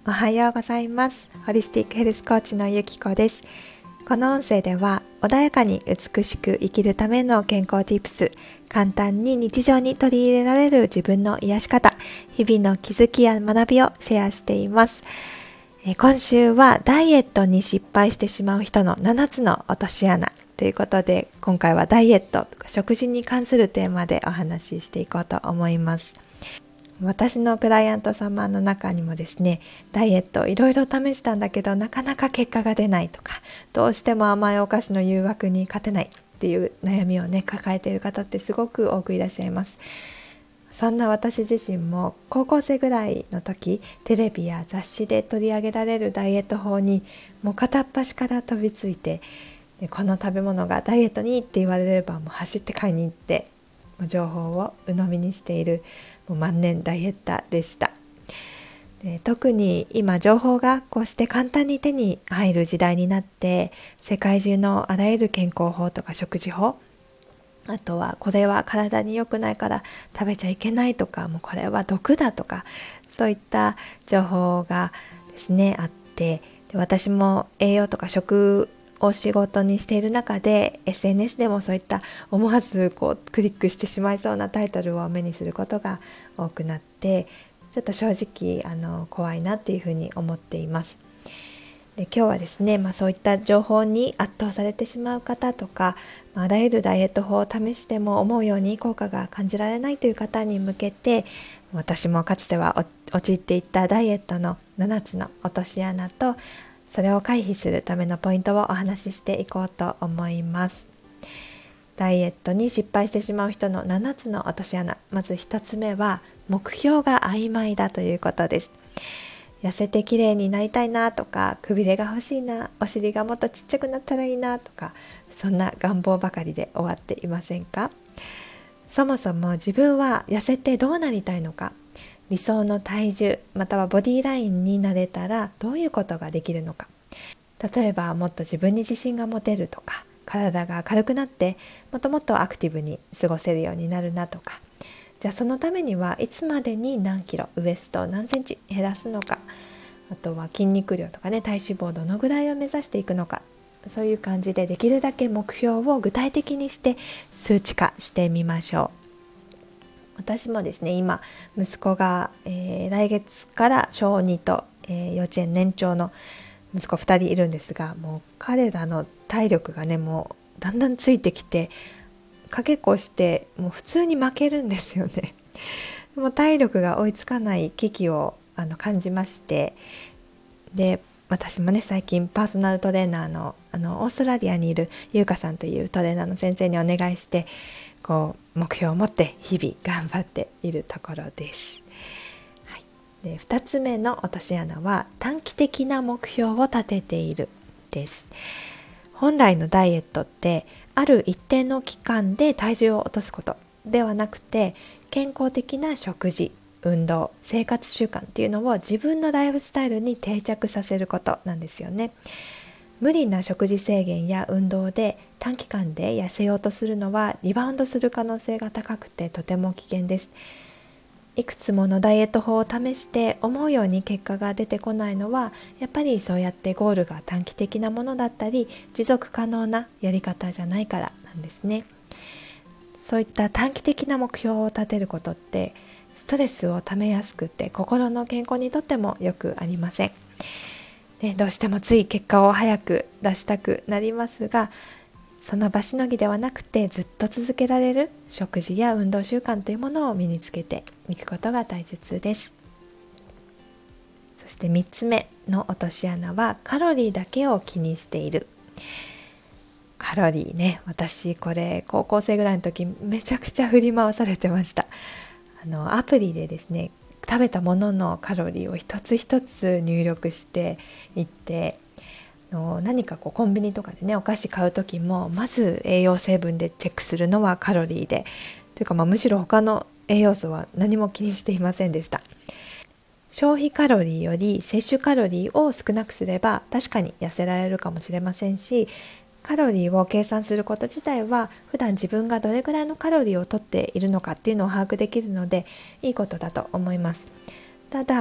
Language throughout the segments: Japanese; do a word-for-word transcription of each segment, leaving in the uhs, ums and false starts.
おはようございます。ホリスティックヘルスコーチのゆきこです。この音声では穏やかに美しく生きるための健康 Tips、簡単に日常に取り入れられる自分の癒し方、日々の気づきや学びをシェアしています。え今週はダイエットに失敗してしまう人のななつの落とし穴ということで、今回はダイエットとか食事に関するテーマでお話ししていこうと思います。私のクライアント様の中にもですね、ダイエットいろいろ試したんだけどなかなか結果が出ないとか、どうしても甘いお菓子の誘惑に勝てないっていう悩みをね抱えている方ってすごく多くいらっしゃいます。そんな私自身も高校生ぐらいの時、テレビや雑誌で取り上げられるダイエット法にもう片っ端から飛びついて、でこの食べ物がダイエットにいいって言われればもう走って買いに行って情報を鵜呑みにしているもう万年ダイエッターでした。で特に今情報がこうして簡単に手に入る時代になって、世界中のあらゆる健康法とか食事法、あとはこれは体に良くないから食べちゃいけないとか、もうこれは毒だとか、そういった情報がですねあって、で私も栄養とか食を仕事にしている中で エスエヌエス でもそういった思わずこうクリックしてしまいそうなタイトルを目にすることが多くなって、ちょっと正直あの怖いなっていうふうに思っています。で今日はですね、まあ、そういった情報に圧倒されてしまう方とか、まあ、あらゆるダイエット法を試しても思うように効果が感じられないという方に向けて、私もかつては陥っていったダイエットのななつの落とし穴と、それを回避するためのポイントをお話ししていこうと思います。ダイエットに失敗してしまう人のななつの落とし穴、まずひとつめは目標が曖昧だということです。痩せて綺麗になりたいなとか、くびれが欲しいな、お尻がもっとちっちゃくなったらいいなとか、そんな願望ばかりで終わっていませんか？そもそも自分は痩せてどうなりたいのか、理想の体重またはボディラインになれたらどういうことができるのか。例えばもっと自分に自信が持てるとか、体が軽くなってもっともっとアクティブに過ごせるようになるなとか、じゃあそのためにはいつまでに何キロ、ウエストを何センチ減らすのか、あとは筋肉量とかね、体脂肪どのぐらいを目指していくのか、そういう感じでできるだけ目標を具体的にして数値化してみましょう。私もですね、今息子が、えー、来月からしょうにと、えー、幼稚園年長の息子ふたりいるんですが、もう彼らの体力がねもうだんだんついてきて、かけっこしてもう普通に負けるんですよね。もう体力が追いつかない危機をあの感じまして、で私もね最近パーソナルトレーナーの、あのオーストラリアにいるゆうかさんというトレーナーの先生にお願いして、こう目標を持って日々頑張っているところです。はい、でふたつめの落とし穴は短期的な目標を立てているです。本来のダイエットってある一定の期間で体重を落とすことではなくて、健康的な食事、運動、生活習慣っていうのを自分のライフスタイルに定着させることなんですよね。無理な食事制限や運動で短期間で痩せようとするのはリバウンドする可能性が高くてとても危険です。いくつものダイエット法を試して思うように結果が出てこないのは、やっぱりそうやってゴールが短期的なものだったり持続可能なやり方じゃないからなんですね。そういった短期的な目標を立てることってストレスをためやすくて、心の健康にとってもよくありません。ね、どうしてもつい結果を早く出したくなりますが、その場しのぎではなくてずっと続けられる食事や運動習慣というものを身につけていくことが大切です。そしてみっつめの落とし穴はカロリーだけを気にしている。カロリーね、私これ高校生ぐらいの時めちゃくちゃ振り回されてました。あのアプリでですね、食べたもののカロリーを一つ一つ入力していって、の何かこうコンビニとかでねお菓子買う時もまず栄養成分でチェックするのはカロリーで、というかまあむしろ他の栄養素は何も気にしていませんでした。消費カロリーより摂取カロリーを少なくすれば確かに痩せられるかもしれませんし、カロリーを計算すること自体は普段自分がどれぐらいのカロリーをとっているのかっていうのを把握できるのでいいことだと思います。ただ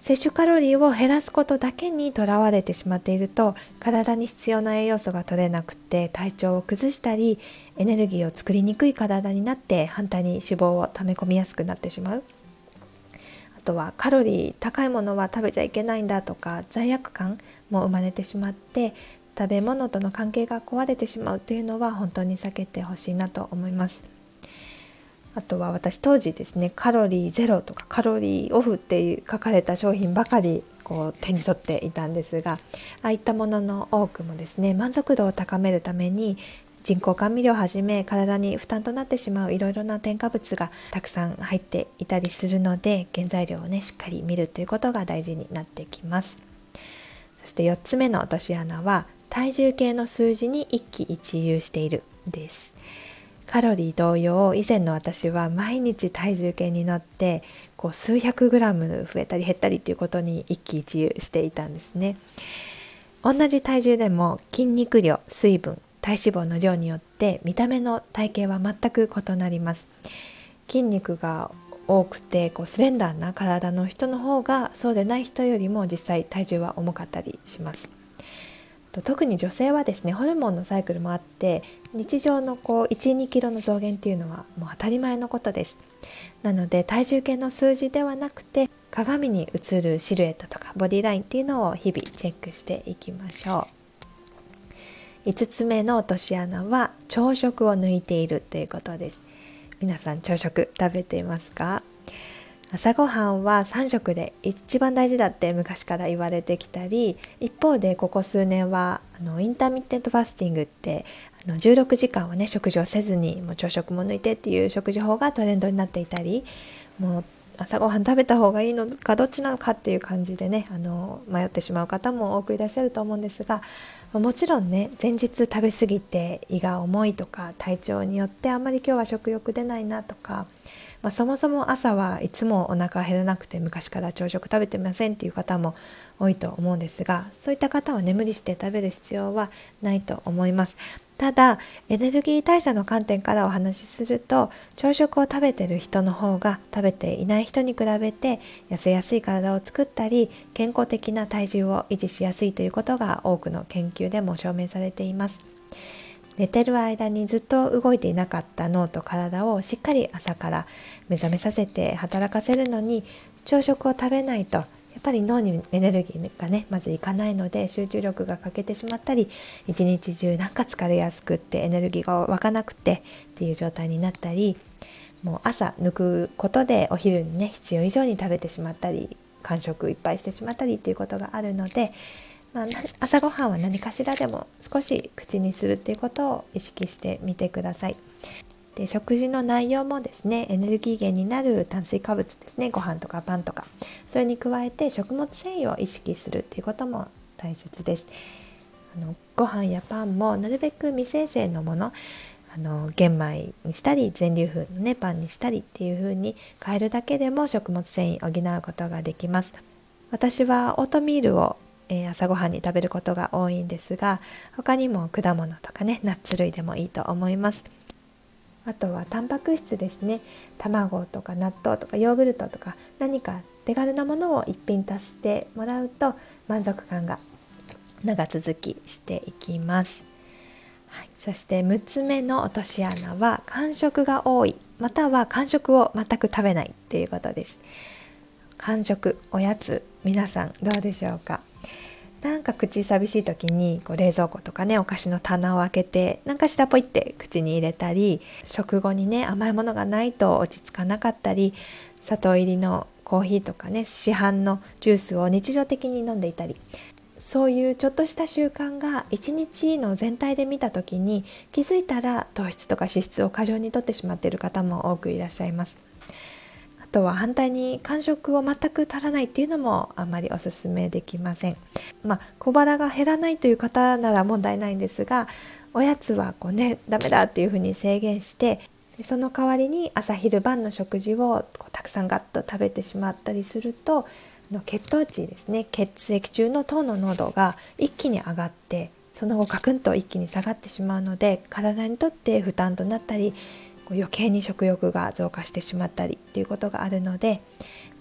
摂取カロリーを減らすことだけにとらわれてしまっていると、体に必要な栄養素が取れなくて体調を崩したり、エネルギーを作りにくい体になって、反対に脂肪を溜め込みやすくなってしまう。あとはカロリー高いものは食べちゃいけないんだとか、罪悪感も生まれてしまって、食べ物との関係が壊れてしまうというのは本当に避けてほしいなと思います。あとは私当時ですね、カロリーゼロとかカロリーオフっていう書かれた商品ばかりこう手に取っていたんですが、ああいったものの多くもですね、満足度を高めるために人工甘味料をはじめ、体に負担となってしまういろいろな添加物がたくさん入っていたりするので、原材料をねしっかり見るということが大事になってきます。そしてよっつめの落とし穴は、体重計の数字に一喜一憂しているです。カロリー同様、以前の私は毎日体重計に乗ってこう数百グラム増えたり減ったりということに一喜一憂していたんですね。同じ体重でも筋肉量、水分、体脂肪の量によって見た目の体型は全く異なります。筋肉が多くてこうスレンダーな体の人の方が、そうでない人よりも実際体重は重かったりします。特に女性はですね、ホルモンのサイクルもあって、日常のこういち、にキロの増減っていうのはもう当たり前のことです。なので体重計の数字ではなくて、鏡に映るシルエットとかボディラインっていうのを日々チェックしていきましょう。いつつめの落とし穴は、朝食を抜いているということです。皆さん朝食食べていますか？朝ごはんはさん食で一番大事だって昔から言われてきたり、一方でここ数年はあのインターミッテントファスティングって、あのじゅうろくじかんはね食事をせずにもう朝食も抜いてっていう食事法がトレンドになっていたり、もう朝ごはん食べた方がいいのかどっちなのかっていう感じでね、あの迷ってしまう方も多くいらっしゃると思うんですが、もちろんね、前日食べ過ぎて胃が重いとか、体調によってあんまり今日は食欲出ないなとか、まあ、そもそも朝はいつもお腹減らなくて昔から朝食食べてませんっていう方も多いと思うんですが、そういった方はね、無理して食べる必要はないと思います。ただエネルギー代謝の観点からお話しすると、朝食を食べてる人の方が食べていない人に比べて痩せやすい体を作ったり、健康的な体重を維持しやすいということが多くの研究でも証明されています。寝てる間にずっと動いていなかった脳と体をしっかり朝から目覚めさせて働かせるのに、朝食を食べないとやっぱり脳にエネルギーがねまずいかないので、集中力が欠けてしまったり、一日中なんか疲れやすくってエネルギーが湧かなくてっていう状態になったり、もう朝抜くことでお昼にね必要以上に食べてしまったり、間食いっぱいしてしまったりっていうことがあるので、まあ、朝ごはんは何かしらでも少し口にするっていうことを意識してみてください。で、食事の内容もですね、エネルギー源になる炭水化物ですね、ご飯とかパンとか、それに加えて食物繊維を意識するっていうことも大切です。あのご飯やパンもなるべく未生成のもの、あの玄米にしたり全粒粉の、ね、パンにしたりっていう風に変えるだけでも食物繊維を補うことができます。私はオートミールをえー、朝ごはんに食べることが多いんですが、他にも果物とかね、ナッツ類でもいいと思います。あとはタンパク質ですね、卵とか納豆とかヨーグルトとか、何か手軽なものを一品足してもらうと満足感が長続きしていきます。はい、そしてむっつめの落とし穴は、間食が多いまたは間食を全く食べないっていうことです。間食、おやつ、皆さんどうでしょうか？なんか口寂しい時にこう冷蔵庫とかね、お菓子の棚を開けて何かしらポイって口に入れたり、食後にね甘いものがないと落ち着かなかったり、砂糖入りのコーヒーとかね、市販のジュースを日常的に飲んでいたり、そういうちょっとした習慣が一日の全体で見た時に気づいたら糖質とか脂質を過剰にとってしまっている方も多くいらっしゃいます。あとは反対に間食を全く足らないっていうのもあんまりおすすめできません。まあ小腹が減らないという方なら問題ないんですが、おやつはこうねダメだっていうふうに制限して、その代わりに朝昼晩の食事をこうたくさんガッと食べてしまったりすると、血糖値ですね、血液中の糖の濃度が一気に上がって、その後ガクンと一気に下がってしまうので、体にとって負担となったり、余計に食欲が増加してしまったりっていうことがあるので、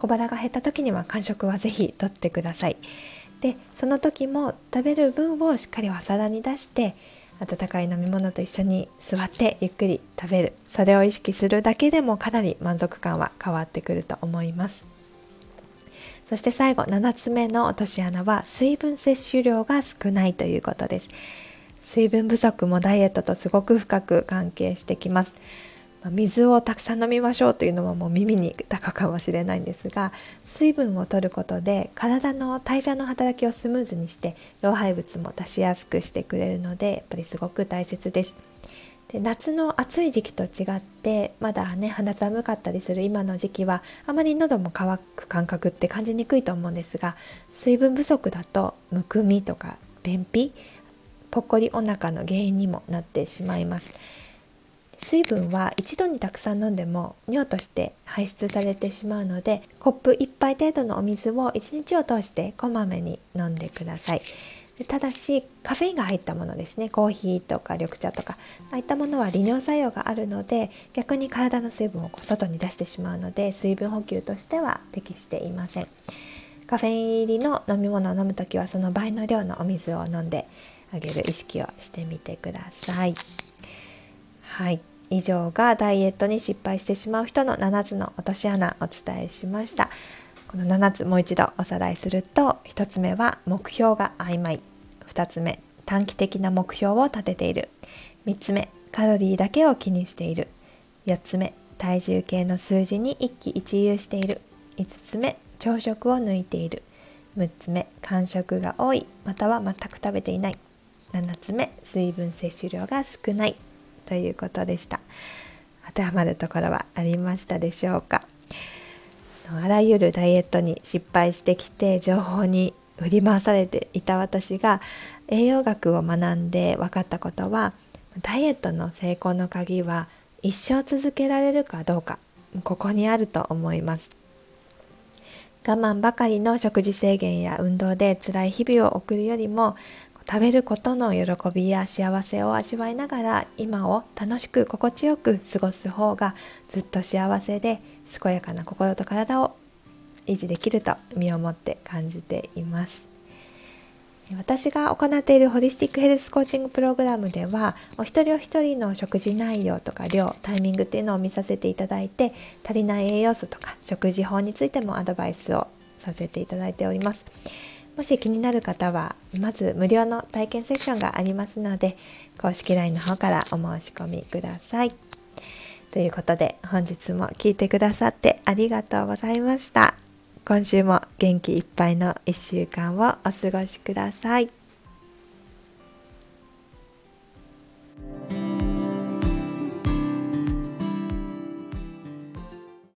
小腹が減った時には間食はぜひとってください。でその時も食べる分をしっかりお皿に出して、温かい飲み物と一緒に座ってゆっくり食べる、それを意識するだけでもかなり満足感は変わってくると思います。そして最後、ななつめの落とし穴は水分摂取量が少ないということです。水分不足もダイエットとすごく深く関係してきます。水をたくさん飲みましょうというのはもう耳に高かもしれないんですが、水分を摂ることで体の代謝の働きをスムーズにして老廃物も出しやすくしてくれるので、やっぱりすごく大切です。で夏の暑い時期と違ってまだね肌寒かったりする今の時期はあまり喉も渇く感覚って感じにくいと思うんですが、水分不足だとむくみとか便秘、ぽっこりお腹の原因にもなってしまいます。水分は一度にたくさん飲んでも尿として排出されてしまうので、コップいっぱい程度のお水をいちにちを通してこまめに飲んでください。ただしカフェインが入ったものですね、コーヒーとか緑茶とかああいったものは利尿作用があるので、逆に体の水分をこう外に出してしまうので水分補給としては適していません。カフェイン入りの飲み物を飲むときはその倍の量のお水を飲んであげる意識をしてみてください。はい、以上がダイエットに失敗してしまう人のななつの落とし穴をお伝えしました。このななつもう一度おさらいすると、ひとつめは目標が曖昧、ふたつめ短期的な目標を立てている、みっつめカロリーだけを気にしている、よっつめ体重計の数字に一喜一憂している、いつつめ朝食を抜いている、むっつめ間食が多いまたは全く食べていない、ななつめ水分摂取量が少ないということでした。当てはまるところはありましたでしょうか。あらゆるダイエットに失敗してきて情報に振り回されていた私が栄養学を学んで分かったことは、ダイエットの成功の鍵は一生続けられるかどうか、ここにあると思います。我慢ばかりの食事制限や運動で辛い日々を送るよりも、食べることの喜びや幸せを味わいながら今を楽しく心地よく過ごす方がずっと幸せで健やかな心と体を維持できると身をもって感じています。私が行っているホリスティックヘルスコーチングプログラムでは、お一人お一人の食事内容とか量、タイミングっていうのを見させていただいて、足りない栄養素とか食事法についてもアドバイスをさせていただいております。もし気になる方はまず無料の体験セッションがありますので、公式 ライン の方からお申し込みください。ということで本日も聞いてくださってありがとうございました。今週も元気いっぱいのいっしゅうかんをお過ごしください。